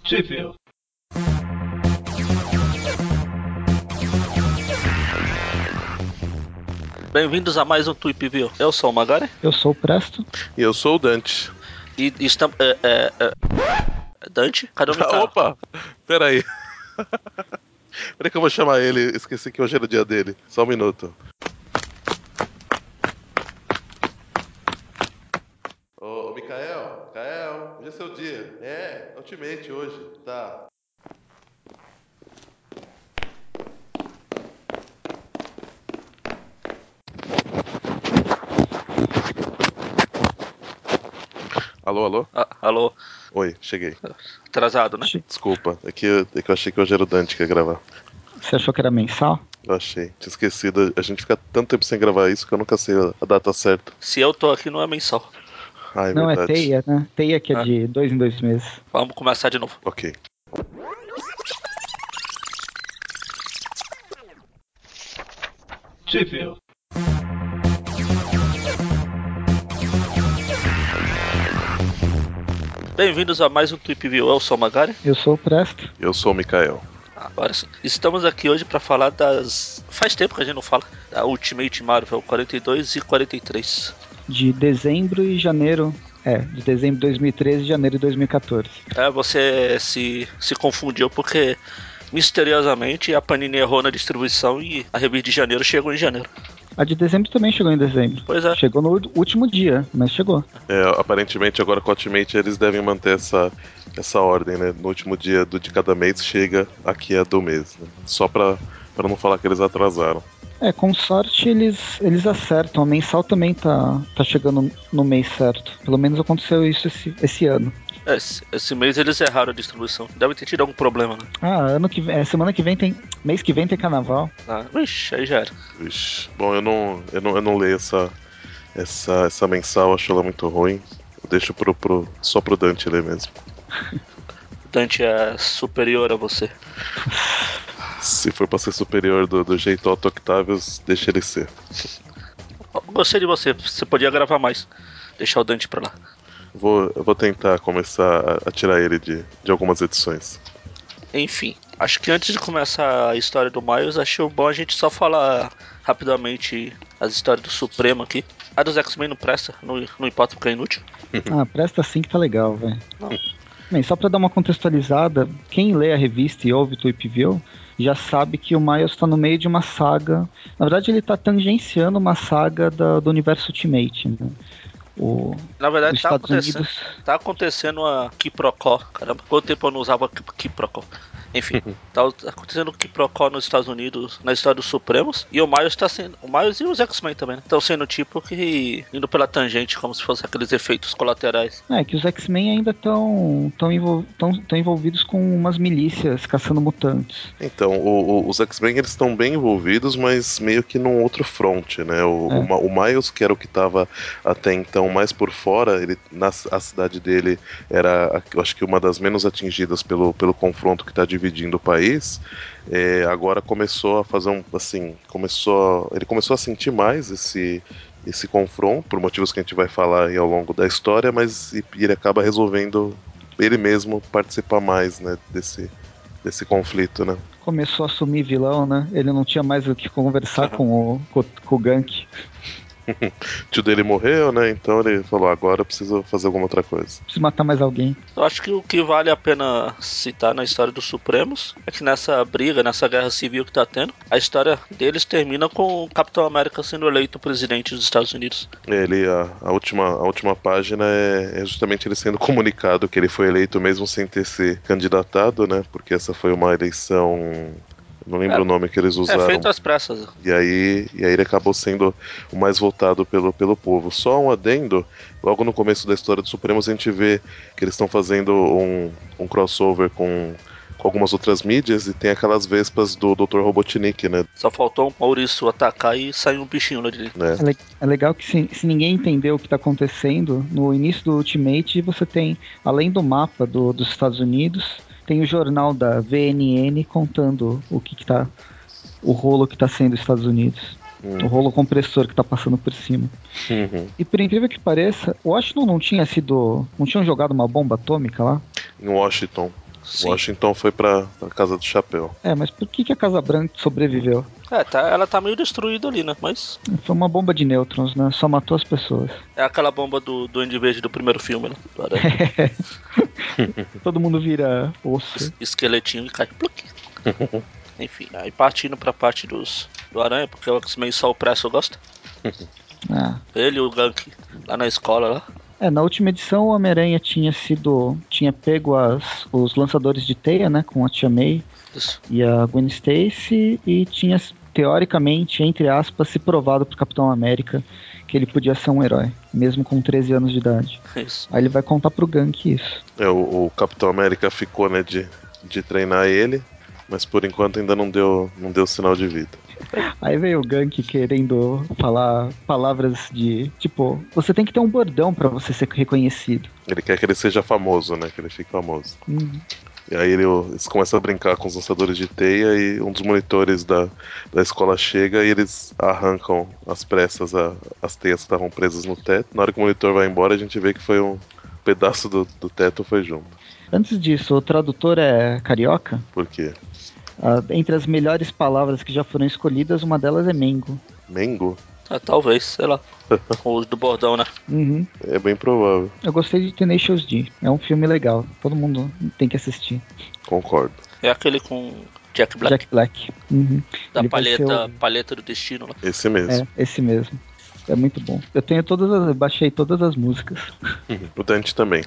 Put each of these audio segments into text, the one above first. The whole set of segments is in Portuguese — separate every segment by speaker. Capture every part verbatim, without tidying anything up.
Speaker 1: Sheffield.
Speaker 2: Bem-vindos a mais um Tweep View. Eu sou o Magari.
Speaker 3: Eu sou o Presto.
Speaker 4: E eu sou o Dante.
Speaker 2: E estamos... É, é, é... Dante? Cadê o Mikael?
Speaker 4: Opa! Peraí. Peraí que eu vou chamar ele. Esqueci que hoje era o dia dele. Só um minuto. Ô, Mikael. Mikael. Hoje é seu dia. É, Ultimate hoje. Tá. Alô, alô?
Speaker 2: Ah, alô?
Speaker 4: Oi, cheguei.
Speaker 2: Atrasado, né?
Speaker 4: Desculpa, é que, eu- é que eu achei que hoje era o Dante que ia gravar.
Speaker 3: Você achou que era mensal?
Speaker 4: Eu achei. Tinha esquecido. A gente fica tanto tempo sem gravar isso que eu nunca sei a- a data certa.
Speaker 2: Se eu tô aqui, não é mensal.
Speaker 4: Ah, é
Speaker 3: Não,
Speaker 4: verdade.
Speaker 3: é teia, né? Teia que é
Speaker 2: Ah.
Speaker 3: de dois em dois meses.
Speaker 2: Vamos começar de novo.
Speaker 4: Ok.
Speaker 1: Sheffield.
Speaker 2: Bem-vindos a mais um Tweep View. Eu sou o Magari.
Speaker 3: Eu sou o Presto.
Speaker 4: Eu sou o Mikael.
Speaker 2: Agora sim. Estamos aqui hoje pra falar das... Faz tempo que a gente não fala. Da Ultimate Marvel quarenta e dois e quarenta e três.
Speaker 3: De dezembro e janeiro. É, de dezembro de dois mil e treze e janeiro de dois mil e quatorze.
Speaker 2: É, você se, se confundiu porque... Misteriosamente, a Panini errou na distribuição e a revista de janeiro chegou em janeiro.
Speaker 3: A de dezembro também chegou em dezembro.
Speaker 2: Pois é.
Speaker 3: Chegou no último dia, mas chegou.
Speaker 4: É, aparentemente agora com o Ultimate eles devem manter essa, essa ordem, né? No último dia do, de cada mês chega aqui a do mês, né? Só pra, pra não falar que eles atrasaram.
Speaker 3: É, com sorte eles, eles acertam. A mensal também tá, tá chegando no mês certo. Pelo menos aconteceu isso esse, esse ano.
Speaker 2: É, esse, esse mês eles erraram a distribuição. Deve ter tido algum problema, né?
Speaker 3: Ah, ano que vem, é, semana que vem tem. Mês que vem tem carnaval.
Speaker 2: Ah, vixe, aí já era.
Speaker 4: Vixe. Bom, eu não, eu não, eu não leio essa, essa, essa mensal, acho ela muito ruim. Eu deixo pro, pro, só pro Dante ler mesmo.
Speaker 2: Dante é superior a você.
Speaker 4: Se for pra ser superior do, do jeito Otto Octavius, deixa ele ser.
Speaker 2: Gostei de você, você podia gravar mais. Deixar o Dante pra lá.
Speaker 4: Vou, eu vou tentar começar a, a tirar ele de, de algumas edições.
Speaker 2: Enfim, acho que antes de começar a história do Miles, acho bom a gente só falar rapidamente as histórias do Supremo aqui. A dos X-Men não presta, não, não importa porque é inútil.
Speaker 3: Ah, presta sim que tá legal, velho.
Speaker 2: Não.
Speaker 3: Bem, só pra dar uma contextualizada, quem lê a revista e ouve o Tweep View já sabe que o Miles tá no meio de uma saga. Na verdade, ele tá tangenciando uma saga da- do universo Ultimate, né? O,
Speaker 2: Na verdade,
Speaker 3: os
Speaker 2: tá
Speaker 3: Estados
Speaker 2: acontecendo,
Speaker 3: Unidos.
Speaker 2: tá acontecendo a Quiprocó. Caramba, quanto tempo eu não usava Quiprocó? Enfim, tá acontecendo o Quiprocó nos Estados Unidos, na história dos Supremos. E o Miles tá sendo. O Miles e os X-Men também, né? Estão sendo tipo que. Indo pela tangente, como se fossem aqueles efeitos colaterais.
Speaker 3: É, que os X-Men ainda estão tão envol, tão, tão envolvidos com umas milícias caçando mutantes.
Speaker 4: Então, o- o- os X-Men eles estão bem envolvidos, mas meio que num outro front, né? O,
Speaker 3: É.
Speaker 4: o Ma- o Miles, que era o que estava até então mais por fora, ele, na, a cidade dele era, eu acho que uma das menos atingidas pelo, pelo confronto que está dividindo o país. É, agora começou a fazer um, assim, começou, ele começou a sentir mais esse esse confronto, por motivos que a gente vai falar aí ao longo da história, mas e- ele acaba resolvendo ele mesmo participar mais, né, desse desse conflito, né?
Speaker 3: Começou a assumir vilão, né? Ele não tinha mais o que conversar
Speaker 2: Uhum.
Speaker 3: com, o, com, com o Gank.
Speaker 4: O tio dele morreu, né? Então ele falou: agora eu preciso fazer alguma outra coisa.
Speaker 3: Preciso matar mais alguém.
Speaker 2: Eu acho que o que vale a pena citar na história dos Supremos é que nessa briga, nessa guerra civil que tá tendo, a história deles termina com o Capitão América sendo eleito presidente dos Estados Unidos.
Speaker 4: Ele, a, a última, a última página é, é justamente ele sendo comunicado que ele foi eleito mesmo sem ter se candidatado, né? Porque essa foi uma eleição. Não lembro
Speaker 2: É,
Speaker 4: o nome que eles
Speaker 2: É
Speaker 4: usaram.
Speaker 2: feito às pressas.
Speaker 4: E aí, e aí ele acabou sendo o mais votado pelo, pelo povo. Só um adendo, logo no começo da história dos Supremos a gente vê que eles estão fazendo um, um crossover com, com algumas outras mídias e tem aquelas vespas do doutor Robotnik, né?
Speaker 2: Só faltou o Maurício atacar e sair um bichinho lá de dentro.
Speaker 4: né?
Speaker 3: É, le- é legal que se, se ninguém entender o que está acontecendo, no início do Ultimate você tem, além do mapa do- dos Estados Unidos, tem o jornal da V N N contando o que, que tá. O rolo que está sendo os Estados Unidos.
Speaker 4: Hum.
Speaker 3: O rolo compressor que está passando por cima.
Speaker 4: Uhum.
Speaker 3: E por incrível que pareça, Washington não tinha sido. Não tinham jogado uma bomba atômica lá?
Speaker 4: Em Washington.
Speaker 2: Sim.
Speaker 4: Washington foi pra, pra Casa do Chapéu.
Speaker 3: É, mas por que, que a Casa Branca sobreviveu?
Speaker 2: É, tá, ela tá meio destruída ali, né? Mas
Speaker 3: Foi uma bomba de nêutrons, né? Só matou as pessoas.
Speaker 2: é aquela bomba do, do Andy Verde do primeiro filme, né? Do Aranha.
Speaker 3: Todo mundo vira osso.
Speaker 2: Esqueletinho e cai. Pluc. Enfim, aí partindo pra parte dos, do Aranha, porque o X-Men só o Presto gosta.
Speaker 3: Ah.
Speaker 2: Ele e o Gank lá na escola lá.
Speaker 3: É, na última edição o Homem-Aranha tinha sido. Tinha pego as, os lançadores de teia, né? Com a Tia May
Speaker 2: Isso.
Speaker 3: e a Gwen Stacy. E tinha, teoricamente, entre aspas, se provado pro Capitão América que ele podia ser um herói, mesmo com treze anos de idade.
Speaker 2: Isso.
Speaker 3: Aí ele vai contar pro Gank isso.
Speaker 4: É, o, o Capitão América ficou, né, de, de treinar ele, mas por enquanto ainda não deu, não deu sinal de vida.
Speaker 3: Aí veio o Gank querendo falar palavras de, tipo, você tem que ter um bordão pra você ser reconhecido.
Speaker 4: Ele quer que ele seja famoso, né, que ele fique famoso.
Speaker 3: Hum.
Speaker 4: E aí ele, eles começam a brincar com os lançadores de teia e um dos monitores da, da escola chega e eles arrancam às pressas a, as teias que estavam presas no teto. Na hora que o monitor vai embora, a gente vê que foi um pedaço do, do teto foi junto.
Speaker 3: Antes disso, o tradutor é carioca?
Speaker 4: Por quê?
Speaker 3: Ah, entre as melhores palavras que já foram escolhidas, uma delas é Mengo.
Speaker 4: Mengo?
Speaker 2: Ah, talvez, sei lá. O do bordão, né?
Speaker 3: Uhum.
Speaker 4: É bem provável.
Speaker 3: Eu gostei de Tenacious D. É um filme legal. Todo mundo tem que assistir.
Speaker 4: Concordo.
Speaker 2: É aquele com Jack Black.
Speaker 3: Jack Black. Uhum.
Speaker 2: Da
Speaker 3: Ele vai ser
Speaker 2: palheta,
Speaker 3: o...
Speaker 2: palheta do destino lá.
Speaker 4: Esse mesmo.
Speaker 3: É, esse mesmo. É muito bom. Eu tenho todas as... Baixei todas as músicas.
Speaker 4: O Dante também.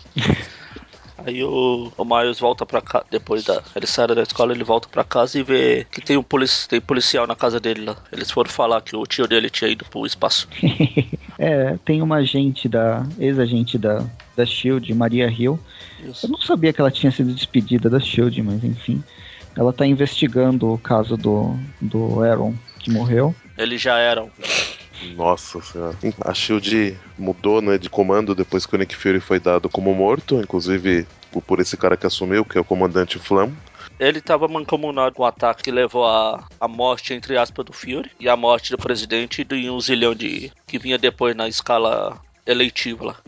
Speaker 2: Aí o, o Miles volta pra casa. Depois da. Ele sai da escola, ele volta pra casa e vê que tem um polici tem policial na casa dele lá. Eles foram falar que o tio dele tinha ido pro espaço.
Speaker 3: É, tem uma agente da... Ex-agente da, da SHIELD, Maria Hill.
Speaker 2: Isso.
Speaker 3: Eu não sabia que ela tinha sido despedida da SHIELD, mas enfim. Ela tá investigando o caso do, do Aaron, que morreu.
Speaker 2: Eles já eram.
Speaker 4: Nossa senhora. A SHIELD mudou, né, de comando depois que o Nick Fury foi dado como morto, inclusive por esse cara que assumiu, que é o comandante Flam.
Speaker 2: Ele tava mancomunado com o ataque que levou a, a morte, entre aspas, do Fury e a morte do presidente e de um zilhão de. Que vinha depois na escala eleitiva lá.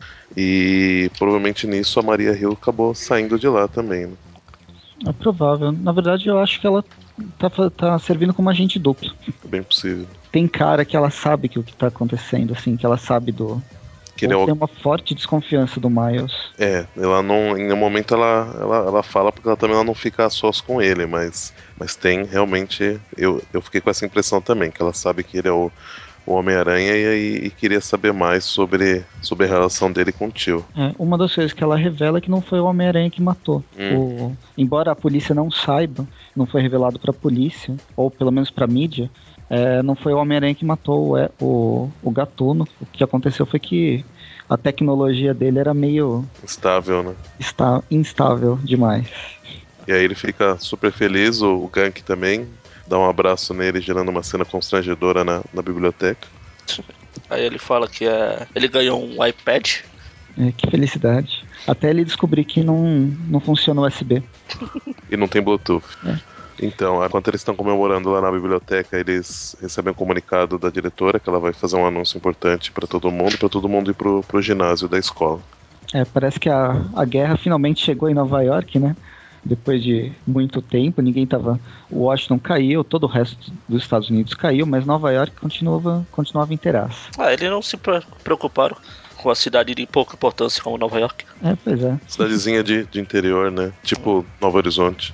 Speaker 4: E provavelmente nisso a Maria Hill acabou saindo de lá também, né?
Speaker 3: É provável. Na verdade, eu acho que ela tá, fa- tá servindo como agente duplo.
Speaker 4: É bem possível.
Speaker 3: Tem cara que ela sabe que o que tá acontecendo, assim, que ela sabe do.
Speaker 4: Que ele é
Speaker 3: Ou
Speaker 4: o-
Speaker 3: tem uma forte desconfiança do Miles.
Speaker 4: É, ela não. Em nenhum momento ela, ela, ela fala porque ela também ela não fica a sós com ele, mas, mas tem realmente. Eu, eu fiquei com essa impressão também, que ela sabe que ele é o, o Homem-Aranha e, aí e queria saber mais sobre, sobre a relação dele com o tio.
Speaker 3: É, uma das coisas que ela revela é que não foi o Homem-Aranha que matou.
Speaker 4: Hum.
Speaker 3: O, embora a polícia não saiba, não foi revelado pra polícia, ou pelo menos pra mídia, é, não foi o Homem-Aranha que matou o, o, o Gatuno. O que aconteceu foi que a tecnologia dele era meio
Speaker 4: Estável, né?
Speaker 3: está, instável demais.
Speaker 4: E aí ele fica super feliz, o, o Gank também dá um abraço nele, gerando uma cena constrangedora na, na biblioteca.
Speaker 2: Aí ele fala que é, ele ganhou um iPad.
Speaker 3: É, que felicidade. Até ele descobrir que não, não funciona o U S B.
Speaker 4: E não tem Bluetooth.
Speaker 3: É.
Speaker 4: Então, enquanto eles estão comemorando lá na biblioteca, eles recebem um comunicado da diretora que ela vai fazer um anúncio importante pra todo mundo, pra todo mundo ir pro, pro ginásio da escola.
Speaker 3: É, parece que a, a guerra finalmente chegou em Nova York, né? Depois de muito tempo, ninguém tava. O Washington caiu, todo o resto dos Estados Unidos caiu, mas Nova York continuava, continuava inteiraça.
Speaker 2: Ah, eles não se pre- preocuparam com a cidade de pouca importância como Nova York.
Speaker 3: É, pois é.
Speaker 4: Cidadezinha de, de interior, né? Tipo Novo Horizonte.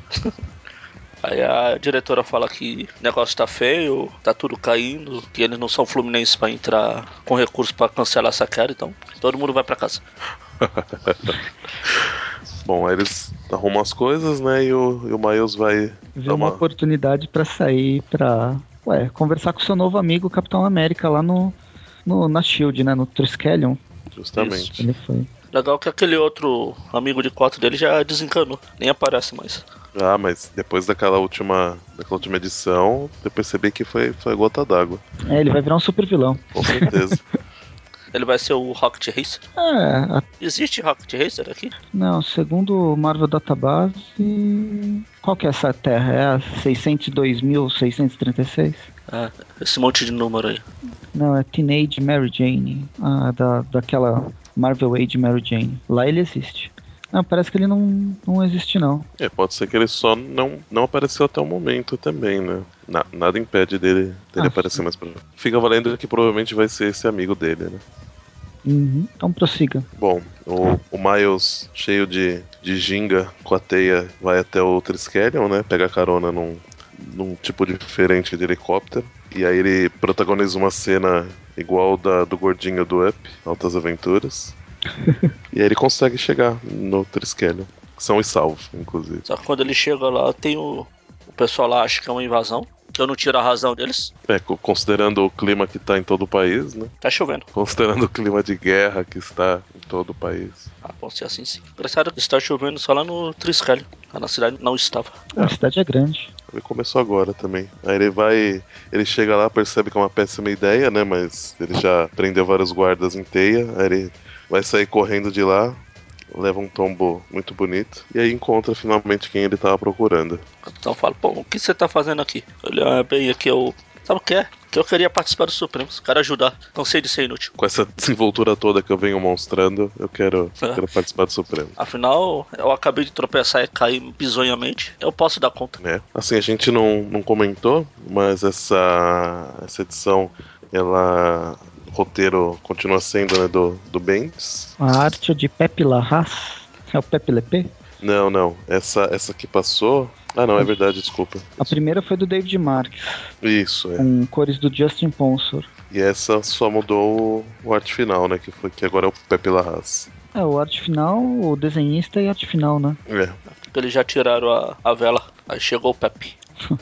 Speaker 2: Aí a diretora fala que o negócio tá feio, tá tudo caindo, que eles não são fluminenses pra entrar com recurso pra cancelar essa queda, então todo mundo vai pra casa.
Speaker 4: Bom, aí eles arrumam as coisas, né? E o, e o Miles vai
Speaker 3: Vê
Speaker 4: dar
Speaker 3: uma
Speaker 4: uma.
Speaker 3: oportunidade pra sair pra. Ué, conversar com seu novo amigo, o Capitão América, lá no, no na Shield, né? No Triskelion.
Speaker 4: Justamente.
Speaker 3: Ele foi.
Speaker 2: Legal que aquele outro amigo de quarto dele já desencanou, nem aparece mais.
Speaker 4: Ah, mas depois daquela última, daquela última edição, eu percebi que foi, foi gota d'água.
Speaker 3: É, ele vai virar um super vilão.
Speaker 4: Com certeza.
Speaker 2: Ele vai ser o Rocket Racer.
Speaker 3: É, a-
Speaker 2: Existe Rocket Racer aqui?
Speaker 3: não, segundo o Marvel Database. Qual que é essa terra? É a seiscentos e dois mil seiscentos e trinta e seis?
Speaker 2: Ah, esse monte de número aí.
Speaker 3: Não, é Teenage Mary Jane. Ah, da, daquela Marvel Age Mary Jane. Lá ele existe. Não, parece que ele não, não existe, não.
Speaker 4: É, pode ser que ele só não, não apareceu até o momento também, né? Na, nada impede dele, dele
Speaker 3: Ah,
Speaker 4: aparecer mais pra frente. Fica valendo que provavelmente vai ser esse amigo dele, né?
Speaker 3: Uhum. Então prossiga.
Speaker 4: Bom, o, o Miles, cheio de, de ginga com a teia, vai até o Triskelion, né? Pega carona num, num tipo diferente de helicóptero. E aí ele protagoniza uma cena igual da do gordinho do Up, Altas Aventuras. E aí ele consegue chegar no Triskelion. São e salvo, inclusive.
Speaker 2: Só que quando ele chega lá, tem o. O pessoal lá acha que é uma invasão. Que eu não tiro a razão deles.
Speaker 4: É, co- considerando o clima que tá em todo o país, né?
Speaker 2: Tá chovendo.
Speaker 4: Considerando o clima de guerra que está em todo o país.
Speaker 2: Ah, pode ser assim sim. Engraçado que está chovendo só lá no Triskelion. Lá na cidade não estava.
Speaker 3: A cidade é grande.
Speaker 4: Ele começou agora também. Aí ele vai. Ele chega lá, percebe que é uma péssima ideia, né? Mas ele já prendeu vários guardas em teia. Aí ele vai sair correndo de lá. Leva um tombo muito bonito. E aí encontra finalmente quem ele tava procurando.
Speaker 2: O capitão fala, pô, o que você tá fazendo aqui? Ele, ah, bem, aqui eu. Sabe o que é? Que eu queria participar do Supremos. Quero ajudar. Cansei de ser inútil.
Speaker 4: Com essa desenvoltura toda que eu venho mostrando, eu quero,
Speaker 2: É.
Speaker 4: quero participar do Supremo.
Speaker 2: Afinal, eu acabei de tropeçar e cair bizonhamente. Eu posso dar conta.
Speaker 4: É. Assim, a gente não, não comentou, mas essa, essa edição, ela. O roteiro continua sendo, né, do, do Bendis.
Speaker 3: A arte é de Pepe Larraz. É o Pepe Lepê?
Speaker 4: Não, não. Essa, essa que passou. Ah, não, é verdade, desculpa.
Speaker 3: A primeira foi do David Marques,
Speaker 4: Isso, é.
Speaker 3: com cores do Justin Ponsor.
Speaker 4: E essa só mudou o, o arte final, né? Que, foi, que agora é o Pepe Larraz.
Speaker 3: É, o arte final, o desenhista e arte final, né?
Speaker 4: É.
Speaker 2: Eles já tiraram a, a vela. Aí chegou o Pepe.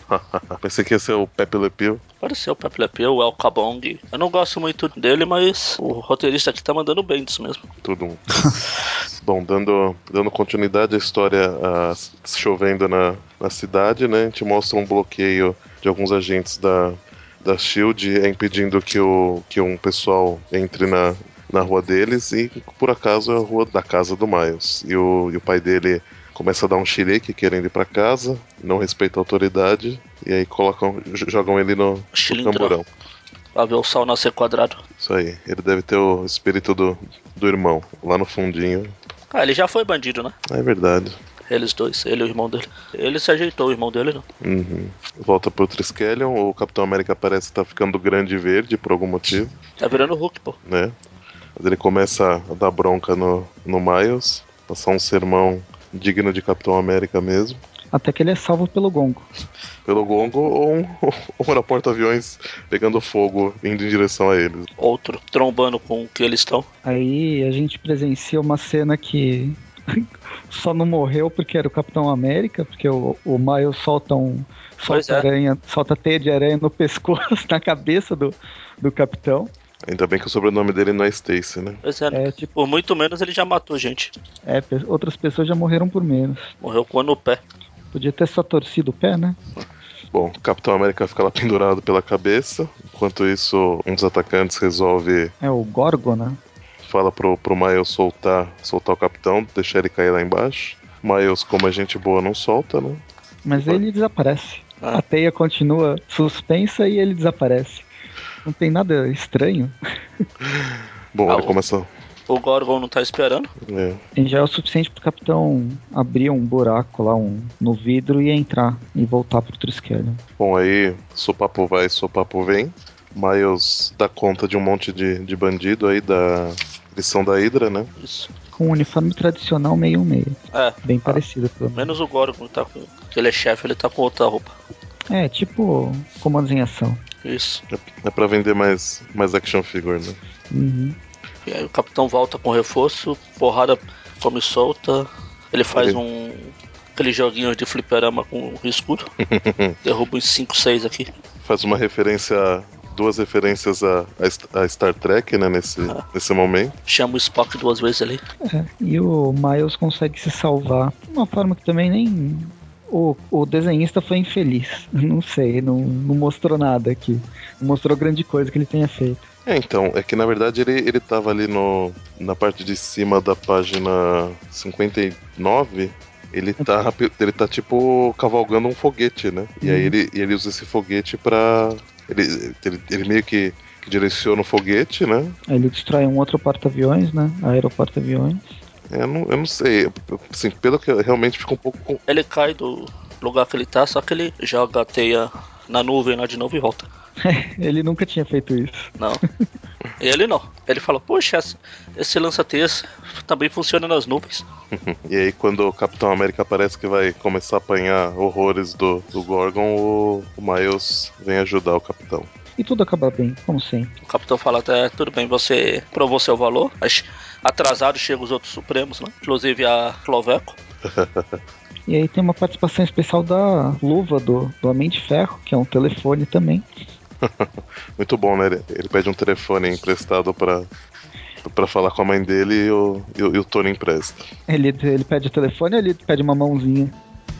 Speaker 4: Pensei que ia ser o Pepe Le Pew.
Speaker 2: Pareceu o Pepe Le Pew, o El Cabong. Eu não gosto muito dele, mas o roteirista aqui tá mandando bem disso mesmo.
Speaker 4: Tudo um. Bom, dando, dando continuidade à história, ah, chovendo na, na cidade, né? A gente mostra um bloqueio de alguns agentes da, da SHIELD é, impedindo que, o, que um pessoal entre na, na rua deles e, por acaso, é a rua da casa do Miles. E o, e o pai dele começa a dar um xilique querendo ir pra casa, não respeita a autoridade, e aí colocam, jogam ele no, no
Speaker 2: Chilindrão.
Speaker 4: camburão.
Speaker 2: Pra ver o sol nascer quadrado.
Speaker 4: Isso aí, ele deve ter o espírito do, do irmão, lá no fundinho.
Speaker 2: Ah, ele já foi bandido, né?
Speaker 4: É verdade.
Speaker 2: Eles dois, ele e o irmão dele. Ele se ajeitou, o irmão dele não.
Speaker 4: Uhum. Volta pro Triskelion, o Capitão América parece estar ficando grande e verde por algum motivo,
Speaker 2: Tá virando Hulk, pô.
Speaker 4: né? Mas ele começa a dar bronca no, no Miles, passar um sermão digno de Capitão América mesmo.
Speaker 3: Até que ele é salvo pelo Gongo.
Speaker 4: Pelo Gongo ou um, ou um porta-aviões pegando fogo indo em direção a eles.
Speaker 2: Outro trombando com o que eles estão.
Speaker 3: Aí a gente presencia uma cena que só não morreu porque era o Capitão América, porque o, o Miles solta um
Speaker 2: Pois
Speaker 3: solta
Speaker 2: é.
Speaker 3: aranha, solta teia de aranha no pescoço, na cabeça do, do Capitão.
Speaker 4: Ainda bem que o sobrenome dele não é Stacy, né?
Speaker 2: Pois é,
Speaker 3: É, tipo,
Speaker 2: por muito menos ele já matou gente.
Speaker 3: é, pe- outras pessoas já morreram por menos.
Speaker 2: Morreu com o no pé.
Speaker 3: Podia ter só torcido o pé, né?
Speaker 4: Bom, o Capitão América fica lá pendurado pela cabeça. Enquanto isso, um dos atacantes resolve.
Speaker 3: É o Gorgon, né?
Speaker 4: Fala pro, pro Miles soltar, soltar o capitão, deixar ele cair lá embaixo. Miles, como é gente boa, não solta, né?
Speaker 3: Mas
Speaker 4: Vai.
Speaker 3: ele desaparece.
Speaker 2: Ah.
Speaker 3: A teia continua suspensa e ele desaparece. Não tem nada estranho.
Speaker 4: Bom,
Speaker 2: Ah,
Speaker 4: ele
Speaker 2: o,
Speaker 4: começa.
Speaker 2: o Gorgon não tá esperando.
Speaker 4: É,
Speaker 3: E já é o suficiente pro capitão abrir um buraco lá um, no vidro e entrar e voltar pro Triskelion.
Speaker 4: bom, aí sopapo vai, sopapo vem. Miles dá conta de um monte de, de bandido aí da. Eles são da Hydra, né?
Speaker 2: Isso.
Speaker 3: Com um uniforme tradicional meio meio.
Speaker 2: É.
Speaker 3: Bem
Speaker 2: Ah,
Speaker 3: parecido, pelo menos.
Speaker 2: menos o Gorgon tá com. Que ele é chefe, ele tá com outra roupa.
Speaker 3: É, tipo comandos em ação.
Speaker 2: Isso.
Speaker 4: É, é pra vender mais, mais action figure, né?
Speaker 3: Uhum.
Speaker 2: E aí o capitão volta com reforço, porrada come solta. Ele faz
Speaker 4: Ele-
Speaker 2: um. Aquele joguinho de fliperama com o escudo. Derruba uns cinco, seis aqui.
Speaker 4: Faz uma referência. Duas referências a, a, St- a Star Trek, né? Nesse,
Speaker 2: Ah.
Speaker 4: nesse momento.
Speaker 2: Chama o Spock duas vezes ali.
Speaker 3: É, e o Miles consegue se salvar de uma forma que também nem. O, o desenhista foi infeliz. Não sei, não, não mostrou nada aqui. Não mostrou grande coisa que ele tenha feito.
Speaker 4: É, então, é que na verdade ele, ele tava ali no, na parte de cima da página cinquenta e nove. Ele tá, ele tá tipo cavalgando um foguete, né? E aí
Speaker 3: Uhum.
Speaker 4: ele, e ele usa esse foguete pra. Ele, ele, ele meio que, que direciona o foguete, né?
Speaker 3: Aí ele destrói um outro porta-aviões, né? Aeroporta-aviões.
Speaker 4: Eu não, eu não sei, assim, pelo que eu realmente fico um pouco com...
Speaker 2: Ele cai do lugar que ele tá, só que ele joga a teia na nuvem lá de novo e volta.
Speaker 3: Ele nunca tinha feito isso.
Speaker 2: Não. Ele não. Ele fala, poxa, esse lança-teias também funciona nas nuvens.
Speaker 4: E aí quando o Capitão América parece que vai começar a apanhar horrores do, do Gorgon, o, o Miles vem ajudar o Capitão.
Speaker 3: E tudo acaba bem, como sempre.
Speaker 2: O Capitão fala até, tudo bem, você provou seu valor, mas atrasado chegam os outros Supremos, né? Inclusive a Cloveco.
Speaker 3: E aí tem uma participação especial da luva do, do Homem de Ferro, que é um telefone também.
Speaker 4: Muito bom, né? Ele, ele pede um telefone emprestado pra, pra falar com a mãe dele e o, e o, e o Tony empresta.
Speaker 3: Ele, ele pede o telefone ou ele pede uma mãozinha?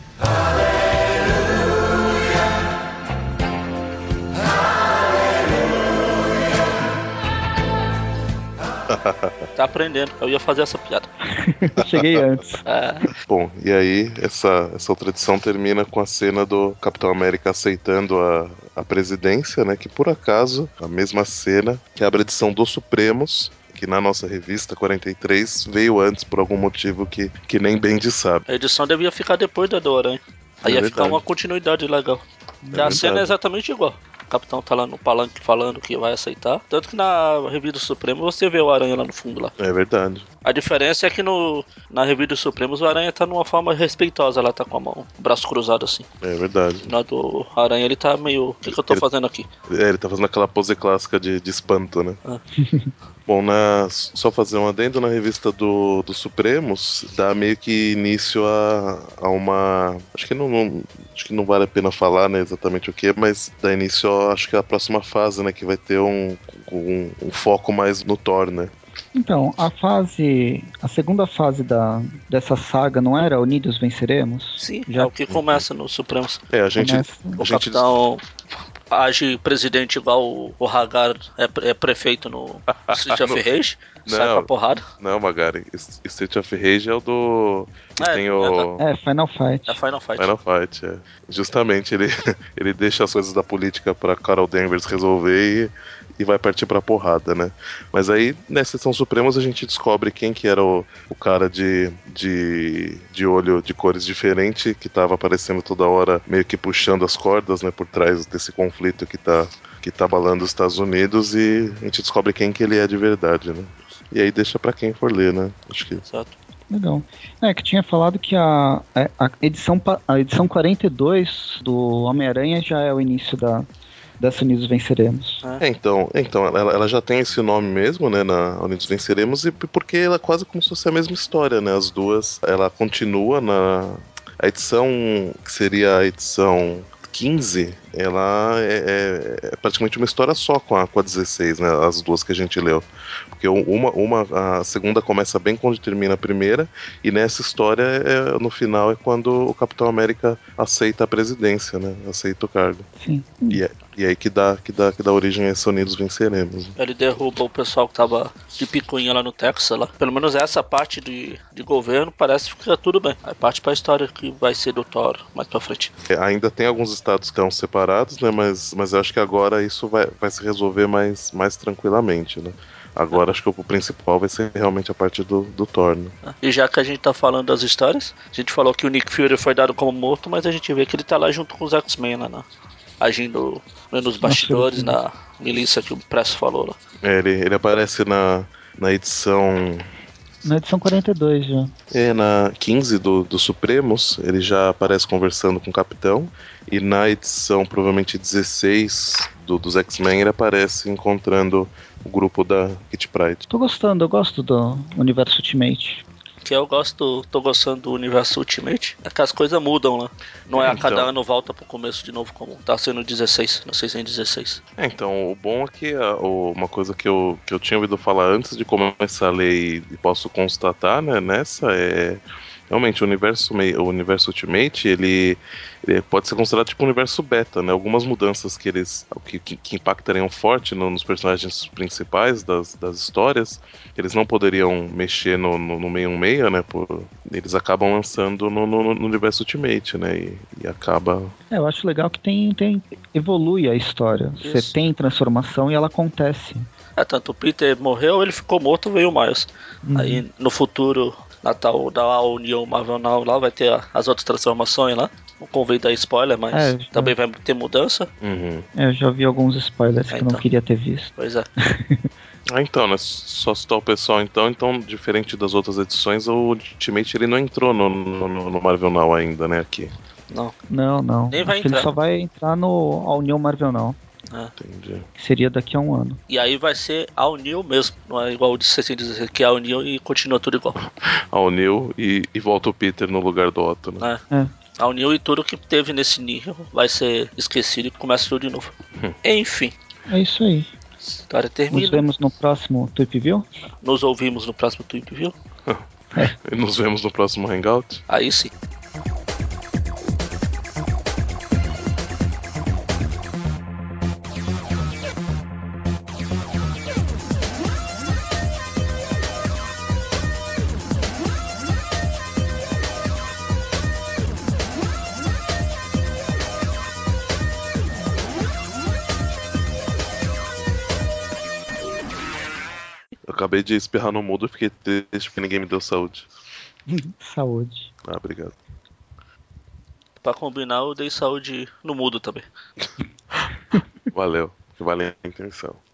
Speaker 2: Tá aprendendo, eu ia fazer essa piada.
Speaker 3: Cheguei antes.
Speaker 2: É,
Speaker 4: Bom, e aí essa, essa outra edição termina com a cena do Capitão América aceitando a, a presidência, né? Que por acaso, a mesma cena que abre a edição dos Supremos, que na nossa revista quarenta e três veio antes por algum motivo que, que nem Bendis sabe.
Speaker 2: a edição devia ficar depois da do Aranha. Aí
Speaker 4: É
Speaker 2: ia ficar
Speaker 4: verdade.
Speaker 2: uma continuidade legal.
Speaker 4: É
Speaker 2: a cena é
Speaker 4: verdade.
Speaker 2: exatamente igual. O Capitão tá lá no palanque falando que vai aceitar. Tanto que na Revista do Supremo você vê o Aranha lá no fundo lá.
Speaker 4: É verdade.
Speaker 2: A diferença é que no, na Revista dos Supremos o Aranha tá numa forma respeitosa. Ela tá com a mão, o braço cruzado assim.
Speaker 4: É verdade.
Speaker 2: Na do Aranha ele tá meio... O que, que eu tô
Speaker 4: Ele-
Speaker 2: fazendo aqui?
Speaker 4: É, ele tá fazendo aquela pose clássica de, de espanto, né?
Speaker 2: Ah.
Speaker 4: Bom, na, só fazer um adendo, na revista do, do Supremos, dá meio que início a, a uma... Acho que não, não- acho que não vale a pena falar, né, exatamente o que, mas dá início, a, acho que a próxima fase, né, que vai ter um, um, um foco mais no Thor, né?
Speaker 3: Então, a fase. A segunda fase da, dessa saga não era Unidos Venceremos?
Speaker 2: Sim, é
Speaker 3: Já
Speaker 2: o que começa no Supremos.
Speaker 4: É, a gente...
Speaker 3: começa.
Speaker 2: O
Speaker 4: A gente
Speaker 2: Capitão age presidente igual o, o Hagar é, pre- é prefeito no Street of
Speaker 4: No-
Speaker 2: Rage. Sai pra
Speaker 4: não,
Speaker 2: porrada.
Speaker 4: não, Magari, Street of Rage é o do... que
Speaker 2: É,
Speaker 4: tem
Speaker 2: do- é,
Speaker 4: o...
Speaker 3: É, Final Fight.
Speaker 2: é Final Fight.
Speaker 4: Final Fight, é. Justamente, ele, ele deixa as coisas da política pra Carol Danvers resolver e, e vai partir pra porrada, né? Mas aí, nessa sessão Supremos, a gente descobre quem que era o, o cara de, de, de olho de cores diferentes que tava aparecendo toda hora, meio que puxando as cordas, né, por trás desse conflito que tá, que tá abalando os Estados Unidos, e a gente descobre quem que ele é de verdade, né? E aí deixa pra quem for ler, né? Acho que...
Speaker 2: Exato.
Speaker 3: Legal. É, que tinha falado que a, é, a, edição, pa- a edição quarenta e dois do Homem-Aranha já é o início da, dessa Unidos Venceremos.
Speaker 2: É.
Speaker 4: É, então, então ela, ela já tem esse nome mesmo, né, na Unidos Venceremos, e porque ela é quase como se fosse a mesma história, né, as duas, ela continua na... A edição, que seria a edição quinze, ela é, é- é praticamente uma história só com a, com a dezesseis, né, as duas que a gente leu. Porque uma, uma, a segunda começa bem quando termina a primeira, e nessa história, é, no final, é quando o Capitão América aceita a presidência, né, aceita o cargo.
Speaker 3: Sim.
Speaker 4: E é, e é aí que dá, que, dá, que dá origem a essa Unidos Venceremos.
Speaker 2: Ele derruba o pessoal que tava de picuinha lá no Texas lá. Pelo menos essa parte de, de governo parece que fica tudo bem. Aí parte pra história que vai ser do Thor mais pra frente.
Speaker 4: É, ainda tem alguns estados que estão separados, né? Mas, mas eu acho que agora isso vai, vai se resolver mais, mais tranquilamente, né? Agora acho que o principal vai ser realmente a parte do, do Thor, né?
Speaker 2: E já que a gente tá falando das histórias, a gente falou que o Nick Fury foi dado como morto, mas a gente vê que ele tá lá junto com os X-Men, né, né? Agindo nos bastidores, na milícia que o Press falou lá.
Speaker 4: É, ele, ele aparece na, na edição...
Speaker 3: Na edição quarenta e dois já.
Speaker 4: É, na quinze do, do Supremos, ele já aparece conversando com o Capitão. E na edição, provavelmente dezesseis do, dos X-Men, ele aparece encontrando o grupo da Kitty Pryde.
Speaker 3: Tô gostando, eu gosto do universo Ultimate.
Speaker 2: Que eu gosto, tô gostando do universo Ultimate. É que as coisas mudam lá. Não é
Speaker 4: É,
Speaker 2: a cada
Speaker 4: então.
Speaker 2: ano volta pro começo de novo, como tá sendo dezesseis. Não sei se é em dezesseis.
Speaker 4: É, então, o bom é que a- o- uma coisa que eu, que eu tinha ouvido falar antes de começar a ler e, e posso constatar, né, nessa, é, Realmente, o universo, mei- o universo Ultimate, ele, ele pode ser considerado tipo um universo beta, né? Algumas mudanças que eles que, que, que impactariam forte no- nos personagens principais das, das histórias, eles não poderiam mexer no, no, no meio meia, né? Por, eles acabam lançando no, no, no universo Ultimate, né? E, e acaba.
Speaker 3: É, eu acho legal que tem, tem evolui a história. Você
Speaker 2: Isso.
Speaker 3: tem transformação e ela acontece.
Speaker 2: É, tanto o Peter morreu, ele ficou morto, veio o Miles.
Speaker 3: Uhum.
Speaker 2: Aí no futuro, na tal da União Marvel Now, lá vai ter a- as outras transformações lá. Não convém dar spoiler, mas
Speaker 3: É, já-
Speaker 2: também vai ter mudança.
Speaker 4: Uhum.
Speaker 3: É, eu já vi alguns spoilers
Speaker 2: É,
Speaker 3: que eu não
Speaker 2: então.
Speaker 3: queria ter visto.
Speaker 2: Pois é.
Speaker 4: Ah, então, né? Só citar o pessoal, então, então, diferente das outras edições, o Ultimate ele não entrou no, no, no Marvel Now ainda, né? Aqui.
Speaker 2: Não,
Speaker 3: Não, não.
Speaker 2: nem vai
Speaker 3: Acho que ele
Speaker 2: entrar.
Speaker 3: só vai entrar no a União Marvel não,
Speaker 2: É.
Speaker 4: Entendi.
Speaker 3: que seria daqui a um ano.
Speaker 2: E aí vai ser a União mesmo. Não é igual o de sessenta e dezesseis, que é a União e continua tudo igual.
Speaker 4: Ao Neil e, e volta o Peter no lugar do Otto, né?
Speaker 2: É.
Speaker 3: É,
Speaker 2: A União e tudo que teve nesse nível vai ser esquecido e começa tudo de novo. Enfim,
Speaker 3: é isso aí.
Speaker 2: a história
Speaker 3: Nos
Speaker 2: termina.
Speaker 3: vemos no próximo Tweep View.
Speaker 2: Nos ouvimos no próximo tweet, viu?
Speaker 3: É.
Speaker 4: E nos vemos no próximo Hangout.
Speaker 2: Aí sim.
Speaker 4: Eu acabei de espirrar no mudo e fiquei triste porque ninguém me deu saúde.
Speaker 3: Saúde.
Speaker 4: Ah, obrigado.
Speaker 2: Pra combinar, eu dei saúde no mudo também.
Speaker 4: Valeu. Que vale a intenção.